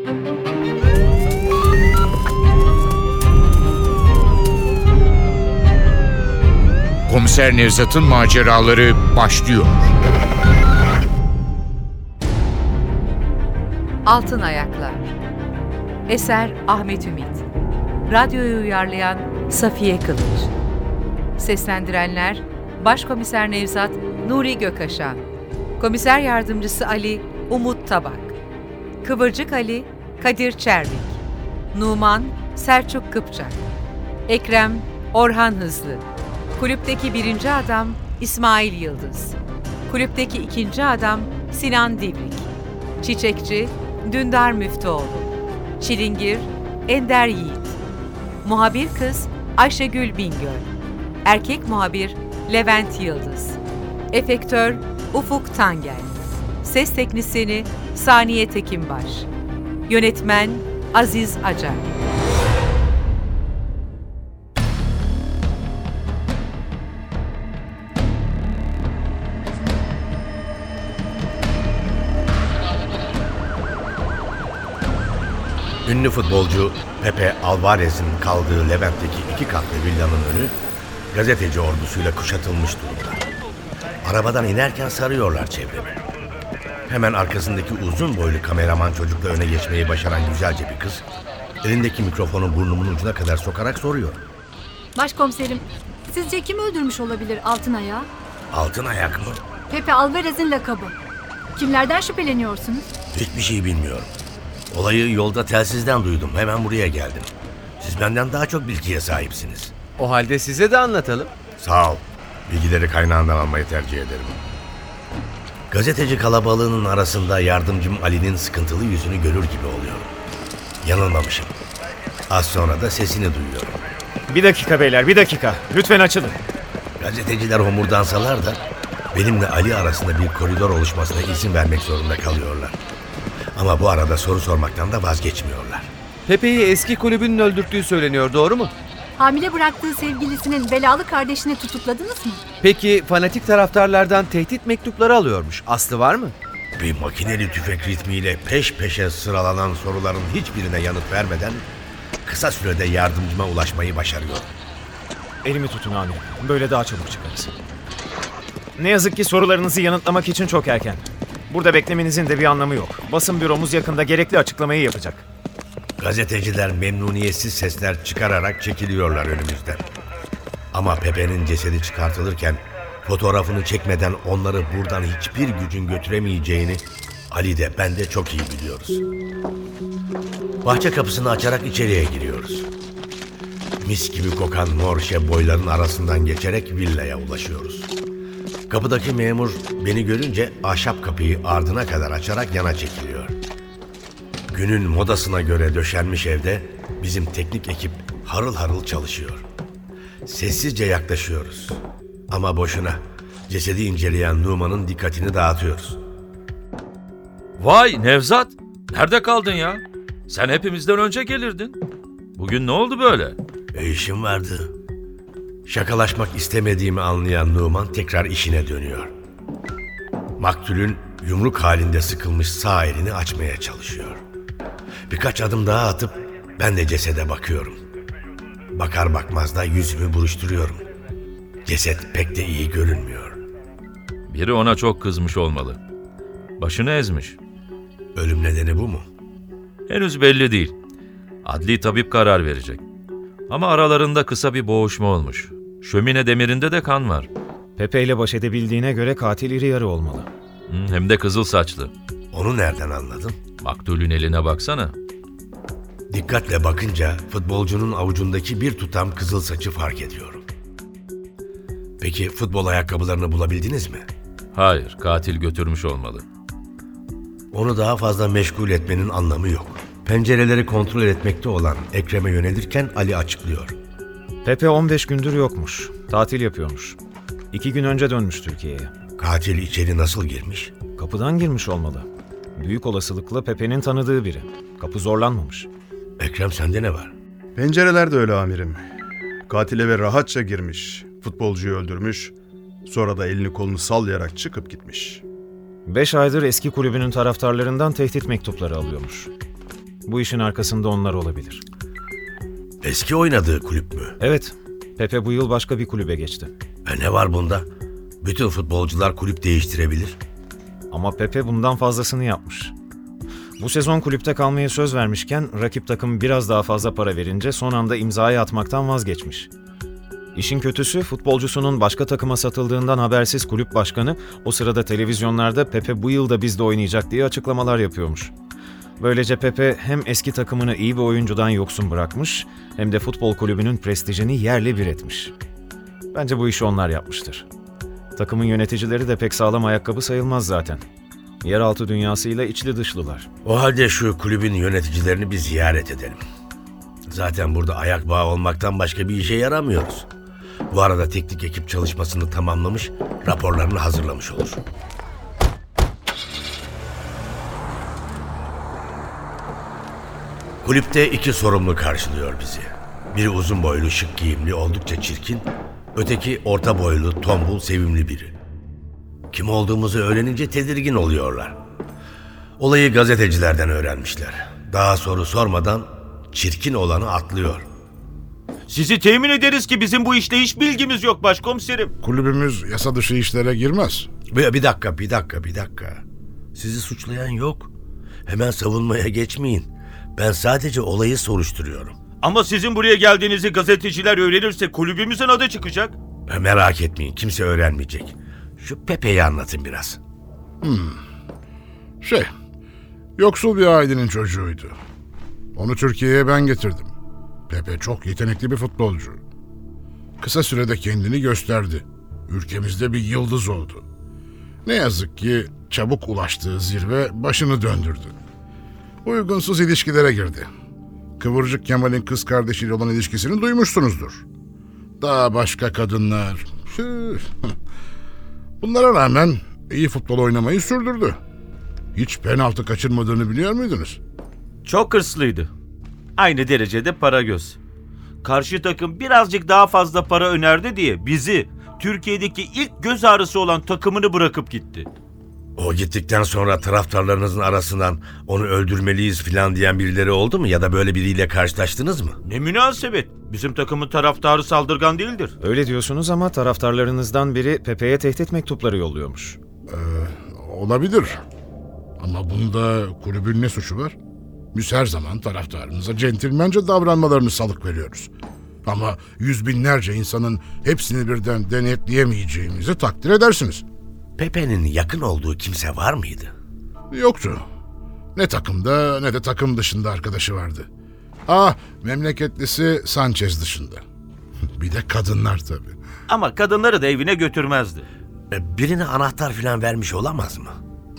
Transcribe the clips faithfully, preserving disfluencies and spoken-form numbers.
Komiser Nevzat'ın maceraları başlıyor. Altın Ayaklar. Eser Ahmet Ümit. Radyoyu uyarlayan Safiye Kılıç. Seslendirenler Başkomiser Nevzat Nuri Gökaşan, Komiser Yardımcısı Ali Umut Tabak, Kıvırcık Ali Kadir Çervik, Numan Selçuk Kıpçak, Ekrem Orhan Hızlı, Kulüpteki birinci adam İsmail Yıldız, Kulüpteki ikinci adam Sinan Divrik, Çiçekçi Dündar Müftüoğlu, Çilingir Ender Yiğit, Muhabir kız Ayşegül Bingöl, Erkek muhabir Levent Yıldız, Efektör Ufuk Tangel, Ses teknisyeni Saniye Tekinbaş, Yönetmen Aziz Acar. Ünlü futbolcu Pepe Alvarez'in kaldığı Levent'teki iki katlı villanın önü gazeteci ordusuyla kuşatılmış durumda. Arabadan inerken sarıyorlar çevremi. Hemen arkasındaki uzun boylu kameraman çocukla öne geçmeyi başaran güzelce bir kız elindeki mikrofonu burnumun ucuna kadar sokarak soruyor. Başkomiserim, sizce kim öldürmüş olabilir Altın Ayağı? Altın Ayak mı? Pepe Alvarez'in lakabı. Kimlerden şüpheleniyorsunuz? Hiçbir şey bilmiyorum. Olayı yolda telsizden duydum. Hemen buraya geldim. Siz benden daha çok bilgiye sahipsiniz. O halde size de anlatalım. Sağ ol. Bilgileri kaynağından almayı tercih ederim. Gazeteci kalabalığının arasında yardımcım Ali'nin sıkıntılı yüzünü görür gibi oluyorum. Yanılmamışım. Az sonra da sesini duyuyorum. Bir dakika beyler, bir dakika. Lütfen açılın. Gazeteciler homurdansalar da benimle Ali arasında bir koridor oluşmasına izin vermek zorunda kalıyorlar. Ama bu arada soru sormaktan da vazgeçmiyorlar. Pepe'yi eski kulübünün öldürttüğü söyleniyor, doğru mu? Hamile bıraktığı sevgilisinin belalı kardeşini tutukladınız mı? Peki fanatik taraftarlardan tehdit mektupları alıyormuş. Aslı var mı? Bir makineli tüfek ritmiyle peş peşe sıralanan soruların hiçbirine yanıt vermeden kısa sürede yardımcıma ulaşmayı başarıyor. Elimi tutun amirim. Böyle daha çabuk çıkarız. Ne yazık ki sorularınızı yanıtlamak için çok erken. Burada beklemenizin de bir anlamı yok. Basın büromuz yakında gerekli açıklamayı yapacak. Gazeteciler memnuniyetsiz sesler çıkararak çekiliyorlar önümüzden. Ama Pepe'nin cesedi çıkartılırken fotoğrafını çekmeden onları buradan hiçbir gücün götüremeyeceğini Ali de ben de çok iyi biliyoruz. Bahçe kapısını açarak içeriye giriyoruz. Mis gibi kokan mor şeboyların arasından geçerek villaya ulaşıyoruz. Kapıdaki memur beni görünce ahşap kapıyı ardına kadar açarak yana çekiliyor. Günün modasına göre döşenmiş evde bizim teknik ekip harıl harıl çalışıyor. Sessizce yaklaşıyoruz. Ama boşuna. Cesedi inceleyen Numan'ın dikkatini dağıtıyoruz. Vay Nevzat, nerede kaldın ya? Sen hepimizden önce gelirdin. Bugün ne oldu böyle? E işim vardı. Şakalaşmak istemediğimi anlayan Numan tekrar işine dönüyor. Maktulün yumruk halinde sıkılmış sağ elini açmaya çalışıyor. Birkaç adım daha atıp ben de cesede bakıyorum. Bakar bakmaz da yüzümü buruşturuyorum. Ceset pek de iyi görünmüyor. Biri ona çok kızmış olmalı. Başını ezmiş. Ölüm nedeni bu mu? Henüz belli değil. Adli tabip karar verecek. Ama aralarında kısa bir boğuşma olmuş. Şömine demirinde de kan var. Pepe ile baş edebildiğine göre katil iri yarı olmalı. Hı, hem de kızıl saçlı. Onu nereden anladın? Maktulün eline baksana. Dikkatle bakınca futbolcunun avucundaki bir tutam kızıl saçı fark ediyorum. Peki futbol ayakkabılarını bulabildiniz mi? Hayır, katil götürmüş olmalı. Onu daha fazla meşgul etmenin anlamı yok. Pencereleri kontrol etmekte olan Ekrem'e yönelirken Ali açıklıyor. Pepe on beş gündür yokmuş. Tatil yapıyormuş. İki gün önce dönmüş Türkiye'ye. Katil içeri nasıl girmiş? Kapıdan girmiş olmalı. Büyük olasılıkla Pepe'nin tanıdığı biri. Kapı zorlanmamış. Ekrem sende ne var? Pencereler de öyle amirim. Katil eve rahatça girmiş. Futbolcuyu öldürmüş. Sonra da elini kolunu sallayarak çıkıp gitmiş. Beş aydır eski kulübünün taraftarlarından tehdit mektupları alıyormuş. Bu işin arkasında onlar olabilir. Eski oynadığı kulüp mü? Evet, Pepe bu yıl başka bir kulübe geçti. E ne var bunda? Bütün futbolcular kulüp değiştirebilir. Ama Pepe bundan fazlasını yapmış. Bu sezon kulüpte kalmaya söz vermişken rakip takım biraz daha fazla para verince son anda imzayı atmaktan vazgeçmiş. İşin kötüsü futbolcusunun başka takıma satıldığından habersiz kulüp başkanı o sırada televizyonlarda Pepe bu yıl da bizde oynayacak diye açıklamalar yapıyormuş. Böylece Pepe hem eski takımını iyi bir oyuncudan yoksun bırakmış hem de futbol kulübünün prestijini yerle bir etmiş. Bence bu işi onlar yapmıştır. Takımın yöneticileri de pek sağlam ayakkabı sayılmaz zaten. Yeraltı dünyasıyla içli dışlılar. O halde şu kulübün yöneticilerini bir ziyaret edelim. Zaten burada ayak bağı olmaktan başka bir işe yaramıyoruz. Bu arada teknik ekip çalışmasını tamamlamış, raporlarını hazırlamış olur. Kulüpte iki sorumlu karşılıyor bizi. Biri uzun boylu, şık giyimli, oldukça çirkin. Öteki orta boylu, tombul, sevimli biri. Kim olduğumuzu öğrenince tedirgin oluyorlar. Olayı gazetecilerden öğrenmişler. Daha soru sormadan çirkin olanı atlıyor. Sizi temin ederiz ki bizim bu işle hiç bilgimiz yok başkomiserim. Kulübümüz yasa dışı işlere girmez. Bir, bir dakika, bir dakika, bir dakika. Sizi suçlayan yok. Hemen savunmaya geçmeyin. Ben sadece olayı soruşturuyorum. Ama sizin buraya geldiğinizi gazeteciler öğrenirse kulübümüzün adı çıkacak. E, Merak etmeyin, kimse öğrenmeyecek. Şu Pepe'yi anlatın biraz. Şey, yoksul bir ailenin çocuğuydu. Onu Türkiye'ye ben getirdim. Pepe çok yetenekli bir futbolcu. Kısa sürede kendini gösterdi. Ülkemizde bir yıldız oldu. Ne yazık ki çabuk ulaştığı zirve başını döndürdü. Uygunsuz ilişkilere girdi. Kıvırcık Kemal'in kız kardeşiyle olan ilişkisini duymuşsunuzdur. Daha başka kadınlar. Tüh. Bunlara rağmen iyi futbol oynamayı sürdürdü. Hiç penaltı kaçırmadığını biliyor muydunuz? Çok hırslıydı. Aynı derecede para göz. Karşı takım birazcık daha fazla para önerdi diye bizi, Türkiye'deki ilk göz ağrısı olan takımını bırakıp gitti. O gittikten sonra taraftarlarınızın arasından onu öldürmeliyiz falan diyen birileri oldu mu? Ya da böyle biriyle karşılaştınız mı? Ne münasebet. Bizim takımın taraftarı saldırgan değildir. Öyle diyorsunuz ama taraftarlarınızdan biri Pepe'ye tehdit mektupları yolluyormuş. Olabilir. Ama bunda kulübün ne suçu var? Biz her zaman taraftarımıza centilmence davranmalarını salık veriyoruz. Ama yüz binlerce insanın hepsini birden denetleyemeyeceğimizi takdir edersiniz. Pepe'nin yakın olduğu kimse var mıydı? Yoktu. Ne takımda ne de takım dışında arkadaşı vardı. Ah, memleketlisi Sanchez dışında. Bir de kadınlar tabii. Ama kadınları da evine götürmezdi. E, Birine anahtar falan vermiş olamaz mı?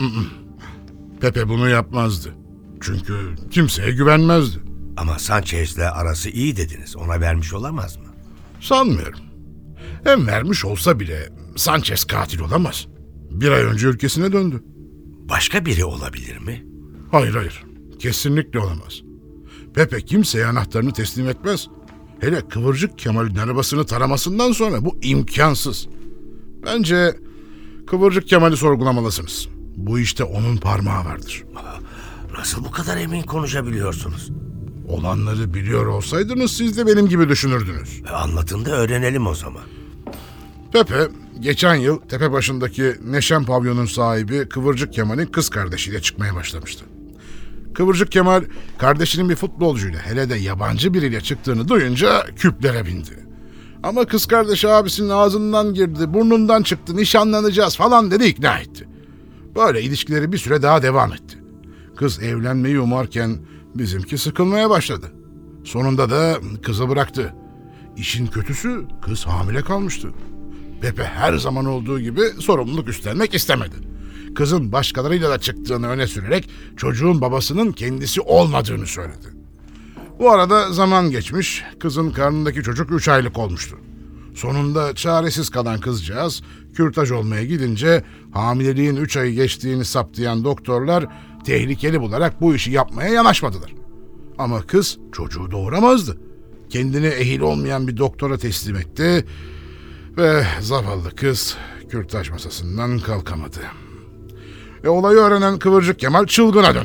Pepe bunu yapmazdı. Çünkü kimseye güvenmezdi. Ama Sanchez'le arası iyi dediniz. Ona vermiş olamaz mı? Sanmıyorum. Hem vermiş olsa bile Sanchez katil olamaz. Bir ay önce ülkesine döndü. Başka biri olabilir mi? Hayır hayır. Kesinlikle olamaz. Pepe kimseye anahtarını teslim etmez. Hele Kıvırcık Kemal'in arabasını taramasından sonra bu imkansız. Bence Kıvırcık Kemal'i sorgulamalısınız. Bu işte onun parmağı vardır. Nasıl bu kadar emin konuşabiliyorsunuz? Olanları biliyor olsaydınız siz de benim gibi düşünürdünüz. E, Anlatın da öğrenelim o zaman. Pepe geçen yıl Tepebaşı'ndaki Neşen Pavyon'un sahibi Kıvırcık Kemal'in kız kardeşiyle çıkmaya başlamıştı. Kıvırcık Kemal kardeşinin bir futbolcuyla hele de yabancı biriyle çıktığını duyunca küplere bindi. Ama kız kardeşi abisinin ağzından girdi, burnundan çıktı, nişanlanacağız falan dedi, ikna etti. Böyle ilişkileri bir süre daha devam etti. Kız evlenmeyi umarken bizimki sıkılmaya başladı. Sonunda da kızı bıraktı. İşin kötüsü kız hamile kalmıştı. Pepe her zaman olduğu gibi sorumluluk üstlenmek istemedi. Kızın başkalarıyla da çıktığını öne sürerek çocuğun babasının kendisi olmadığını söyledi. Bu arada zaman geçmiş, kızın karnındaki çocuk üç aylık olmuştu. Sonunda çaresiz kalan kızcağız kürtaj olmaya gidince hamileliğin üç ayı geçtiğini saptayan doktorlar tehlikeli bularak bu işi yapmaya yanaşmadılar. Ama kız çocuğu doğuramazdı. Kendini ehil olmayan bir doktora teslim etti ve zavallı kız kürtaj masasından kalkamadı. Ve olayı öğrenen Kıvırcık Kemal çılgına döndü.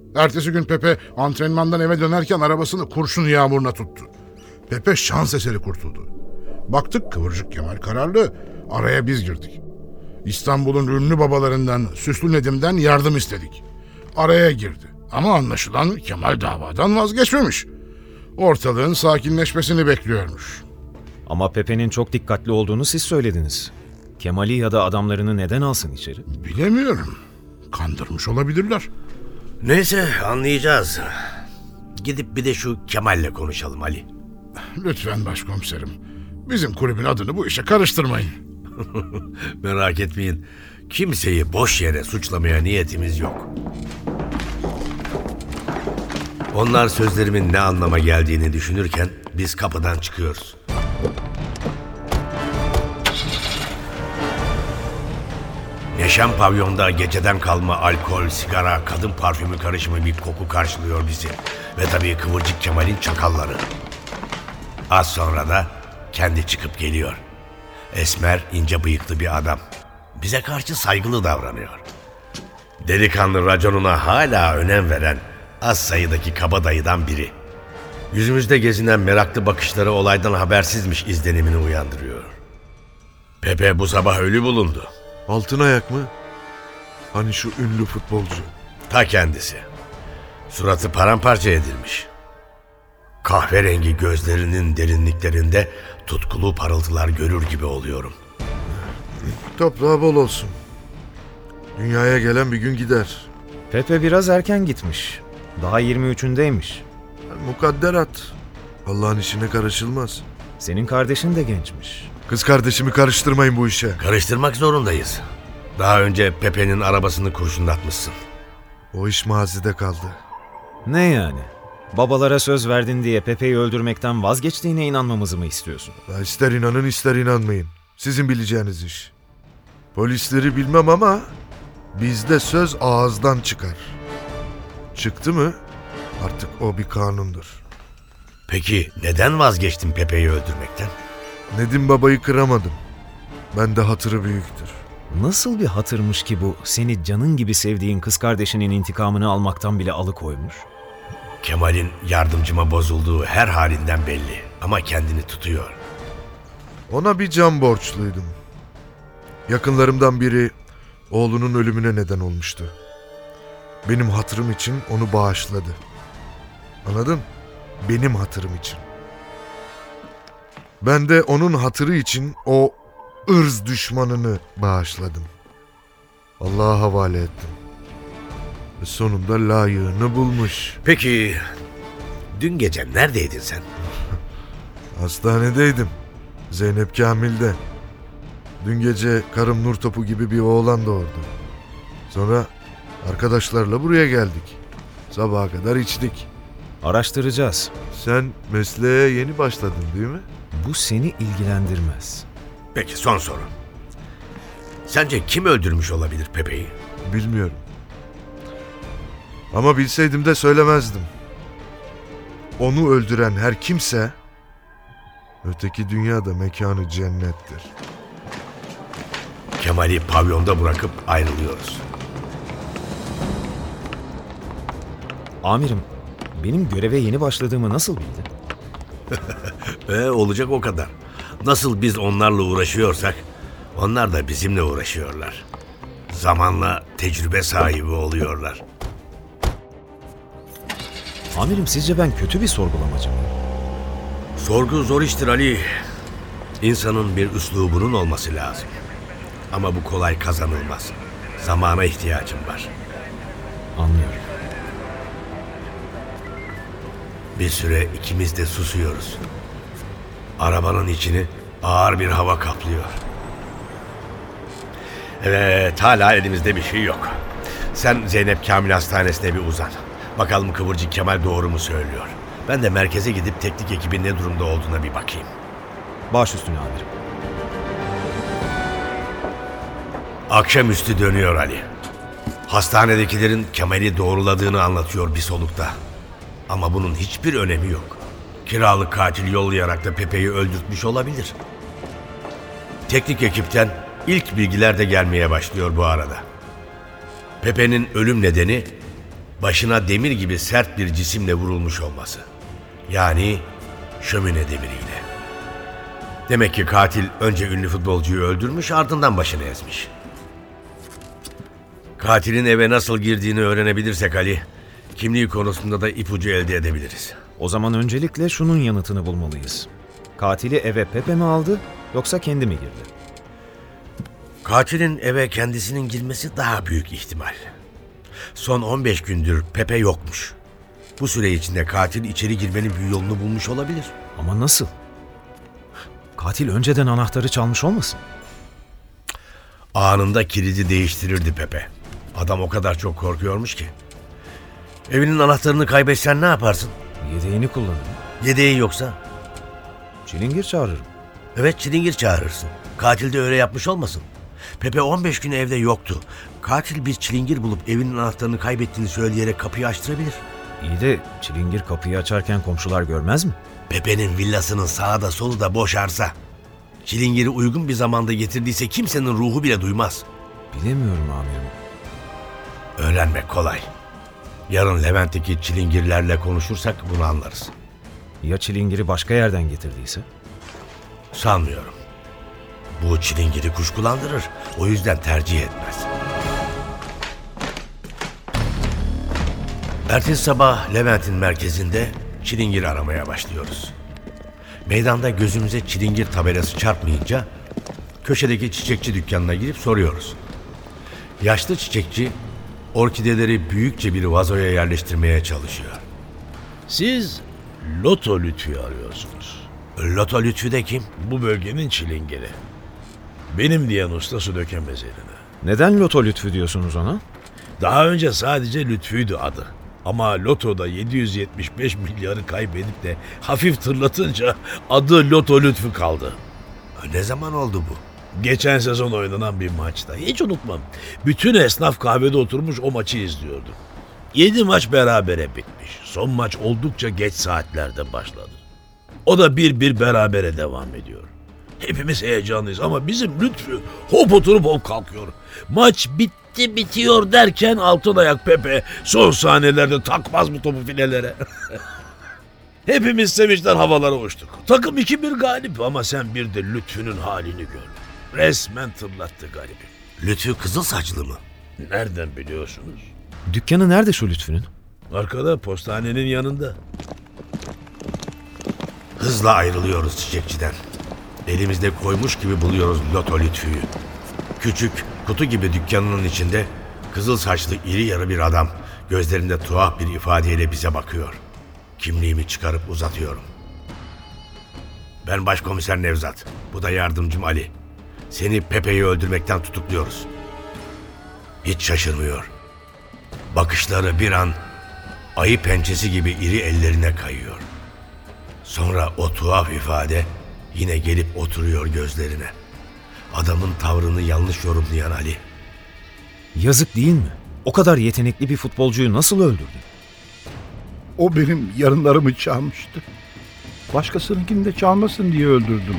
Ertesi gün Pepe antrenmandan eve dönerken arabasını kurşun yağmuruna tuttu. Pepe şans eseri kurtuldu. Baktık Kıvırcık Kemal kararlı. Araya biz girdik. İstanbul'un ünlü babalarından Süslü Nedim'den yardım istedik. Araya girdi. Ama anlaşılan Kemal davadan vazgeçmemiş. Ortalığın sakinleşmesini bekliyormuş. Ama Pepe'nin çok dikkatli olduğunu siz söylediniz. Kemal'i ya da adamlarını neden alsın içeri? Bilemiyorum. Kandırmış olabilirler. Neyse anlayacağız. Gidip bir de şu Kemal'le konuşalım Ali. Lütfen başkomiserim. Bizim kulübün adını bu işe karıştırmayın. Merak etmeyin. Kimseyi boş yere suçlamaya niyetimiz yok. Onlar sözlerimin ne anlama geldiğini düşünürken biz kapıdan çıkıyoruz. Neşem pavyonda geceden kalma alkol, sigara, kadın parfümü karışımı bir koku karşılıyor bizi. Ve tabii Kıvırcık Kemal'in çakalları. Az sonra da kendi çıkıp geliyor. Esmer, ince bıyıklı bir adam. Bize karşı saygılı davranıyor. Delikanlı raconuna hala önem veren az sayıdaki kabadayıdan biri. Yüzümüzde gezinen meraklı bakışları olaydan habersizmiş izlenimini uyandırıyor. Pepe bu sabah ölü bulundu. Altın ayak mı? Hani şu ünlü futbolcu. Ta kendisi. Suratı paramparça edilmiş. Kahverengi gözlerinin derinliklerinde tutkulu parıltılar görür gibi oluyorum. Toprağı bol olsun. Dünyaya gelen bir gün gider. Pepe biraz erken gitmiş. Daha yirmi üçündeymiş. Mukadderat. Allah'ın işine karışılmaz. Senin kardeşin de gençmiş. Kız kardeşimi karıştırmayın bu işe. Karıştırmak zorundayız. Daha önce Pepe'nin arabasını kurşunlatmışsın. O iş mazide kaldı. Ne yani? Babalara söz verdin diye Pepe'yi öldürmekten vazgeçtiğine inanmamızı mı istiyorsun? Ya ister inanın ister inanmayın. Sizin bileceğiniz iş. Polisleri bilmem ama bizde söz ağızdan çıkar. Çıktı mı artık o bir kanundur. Peki neden vazgeçtin Pepe'yi öldürmekten? Nedim babayı kıramadım. Bende hatırı büyüktür. Nasıl bir hatırmış ki bu seni canın gibi sevdiğin kız kardeşinin intikamını almaktan bile alıkoymuş? Kemal'in yardımcıma bozulduğu her halinden belli ama kendini tutuyor. Ona bir can borçluydum. Yakınlarımdan biri oğlunun ölümüne neden olmuştu. Benim hatırım için onu bağışladı. Anladın? Benim hatırım için. Ben de onun hatırı için o ırz düşmanını bağışladım. Allah'a havale ettim. Ve sonunda layığını bulmuş. Peki dün gece neredeydin sen? Hastanedeydim. Zeynep Kamil'de. Dün gece karım nur topu gibi bir oğlan doğurdu. Sonra arkadaşlarla buraya geldik. Sabaha kadar içtik. Araştıracağız. Sen mesleğe yeni başladın değil mi? Bu seni ilgilendirmez. Peki son soru. Sence kim öldürmüş olabilir Pepe'yi? Bilmiyorum. Ama bilseydim de söylemezdim. Onu öldüren her kimse öteki dünyada mekanı cennettir. Kemal'i pavyonda bırakıp ayrılıyoruz. Amirim, benim göreve yeni başladığımı nasıl bildin? E, olacak o kadar. Nasıl biz onlarla uğraşıyorsak onlar da bizimle uğraşıyorlar. Zamanla tecrübe sahibi oluyorlar. Amirim, sizce ben kötü bir sorgulamacı mıyım? Sorgu zor iştir Ali. İnsanın bir üslubunun olması lazım. Ama bu kolay kazanılmaz. Zamana ihtiyacım var. Anlıyorum. Bir süre ikimiz de susuyoruz. Arabanın içini ağır bir hava kaplıyor. Evet, hala elimizde bir şey yok. Sen Zeynep Kamil Hastanesi'ne bir uzan. Bakalım Kıvırcık Kemal doğru mu söylüyor. Ben de merkeze gidip teknik ekibin ne durumda olduğuna bir bakayım. Baş üstüne amirim. Akşamüstü dönüyor Ali. Hastanedekilerin Kemal'i doğruladığını anlatıyor bir solukta. Ama bunun hiçbir önemi yok. Kiralık katil yollayarak da Pepe'yi öldürtmüş olabilir. Teknik ekipten ilk bilgiler de gelmeye başlıyor bu arada. Pepe'nin ölüm nedeni Başına demir gibi sert bir cisimle vurulmuş olması. Yani şömine demiriyle. Demek ki katil önce ünlü futbolcuyu öldürmüş, ardından başını ezmiş. Katilin eve nasıl girdiğini öğrenebilirsek Ali, kimliği konusunda da ipucu elde edebiliriz. O zaman öncelikle şunun yanıtını bulmalıyız. Katili eve Pepe mi aldı yoksa kendi mi girdi? Katilin eve kendisinin girmesi daha büyük ihtimal. Son on beş gündür Pepe yokmuş. Bu süre içinde katil içeri girmenin bir yolunu bulmuş olabilir. Ama nasıl? Katil önceden anahtarı çalmış olmasın? Anında kilidi değiştirirdi Pepe. Adam o kadar çok korkuyormuş ki. Evinin anahtarını kaybetsen ne yaparsın? Yedeğini kullanırım. Yedeği yoksa? Çilingir çağırırım. Evet, çilingir çağırırsın. Katil de öyle yapmış olmasın. Pepe on beş gün evde yoktu. Katil bir çilingir bulup evinin anahtarını kaybettiğini söyleyerek kapıyı açtırabilir. İyi de çilingir kapıyı açarken komşular görmez mi? Pepe'nin villasının sağı da solu da boş arsa. Çilingiri uygun bir zamanda getirdiyse kimsenin ruhu bile duymaz. Bilemiyorum amirim. Öğrenmek kolay. Yarın Levent'teki çilingirlerle konuşursak bunu anlarız. Ya çilingiri başka yerden getirdiyse? Sanmıyorum. Bu çilingiri kuşkulandırır. O yüzden tercih etmez. Ertesi sabah Levent'in merkezinde çilingir aramaya başlıyoruz. Meydanda gözümüze çilingir tabelası çarpmayınca köşedeki çiçekçi dükkanına girip soruyoruz. Yaşlı çiçekçi orkideleri büyükçe bir vazoya yerleştirmeye çalışıyor. Siz Loto Lütfü'yü arıyorsunuz. Loto Lütfü de kim? Bu bölgenin çilingiri. Benim diyen usta su dökemez eline. Neden Loto Lütfü diyorsunuz ona? Daha önce sadece Lütfü'ydü adı. Ama Loto'da yedi yüz yetmiş beş milyarı kaybedip de hafif tırlatınca adı Loto Lütfü kaldı. Ne zaman oldu bu? Geçen sezon oynanan bir maçta. Hiç unutmam. Bütün esnaf kahvede oturmuş o maçı izliyordu. Yedi maç berabere bitmiş. Son maç oldukça geç saatlerde başladı. O da bir bir berabere devam ediyor. Hepimiz heyecanlıyız ama bizim Lütfü hop oturup hop kalkıyor. Maç bitti bitiyor derken altın ayak Pepe son saniyelerde takmaz mı topu filelere? Hepimiz sevinçten havalara uçtuk. Takım iki bir galip ama sen bir de Lütfü'nün halini gör. Resmen tırlattı garibi. Lütfü kızıl saçlı mı? Nereden biliyorsunuz? Dükkanı nerede şu Lütfü'nün? Arkada, postanenin yanında. Hızla ayrılıyoruz çiçekçiden. Elimizde koymuş gibi buluyoruz Loto Lütfü'yü. Küçük, kutu gibi dükkanının içinde kızıl saçlı iri yarı bir adam gözlerinde tuhaf bir ifadeyle bize bakıyor. Kimliğimi çıkarıp uzatıyorum. Ben Başkomiser Nevzat. Bu da yardımcım Ali. Seni Pepe'yi öldürmekten tutukluyoruz. Hiç şaşırmıyor. Bakışları bir an ayı pençesi gibi iri ellerine kayıyor. Sonra o tuhaf ifade yine gelip oturuyor gözlerine. Adamın tavrını yanlış yorumlayan Ali. Yazık değil mi? O kadar yetenekli bir futbolcuyu nasıl öldürdün? O benim yarınlarımı çalmıştı. Başkasınınkini de çalmasın diye öldürdüm.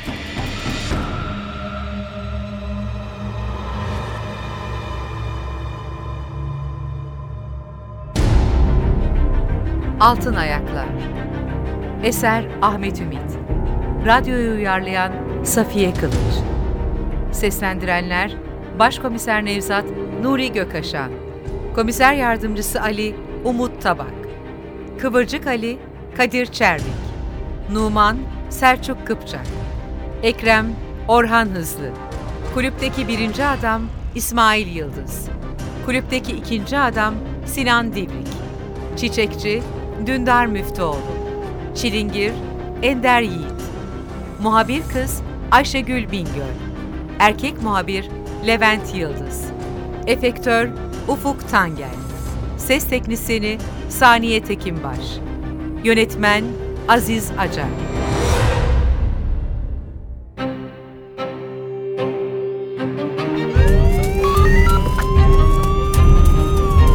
Altın Ayaklar. Eser Ahmet Ümit. Radyoyu uyarlayan Safiye Kılıç. Seslendirenler Başkomiser Nevzat Nuri Gökaşan, Komiser Yardımcısı Ali Umut Tabak, Kıvırcık Ali Kadir Çervik, Numan Selçuk Kıpçak, Ekrem Orhan Hızlı, Kulüpteki birinci adam İsmail Yıldız, Kulüpteki ikinci adam Sinan Divrik, Çiçekçi Dündar Müftüoğlu, Çilingir Ender Yiğit, Muhabir Kız Ayşegül Bingöl, Erkek Muhabir Levent Yıldız, Efektör Ufuk Tangel, Ses Teknisini Saniye Tekinbaş, Yönetmen Aziz Acar.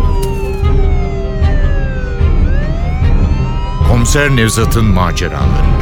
Komiser Nevzat'ın maceraları.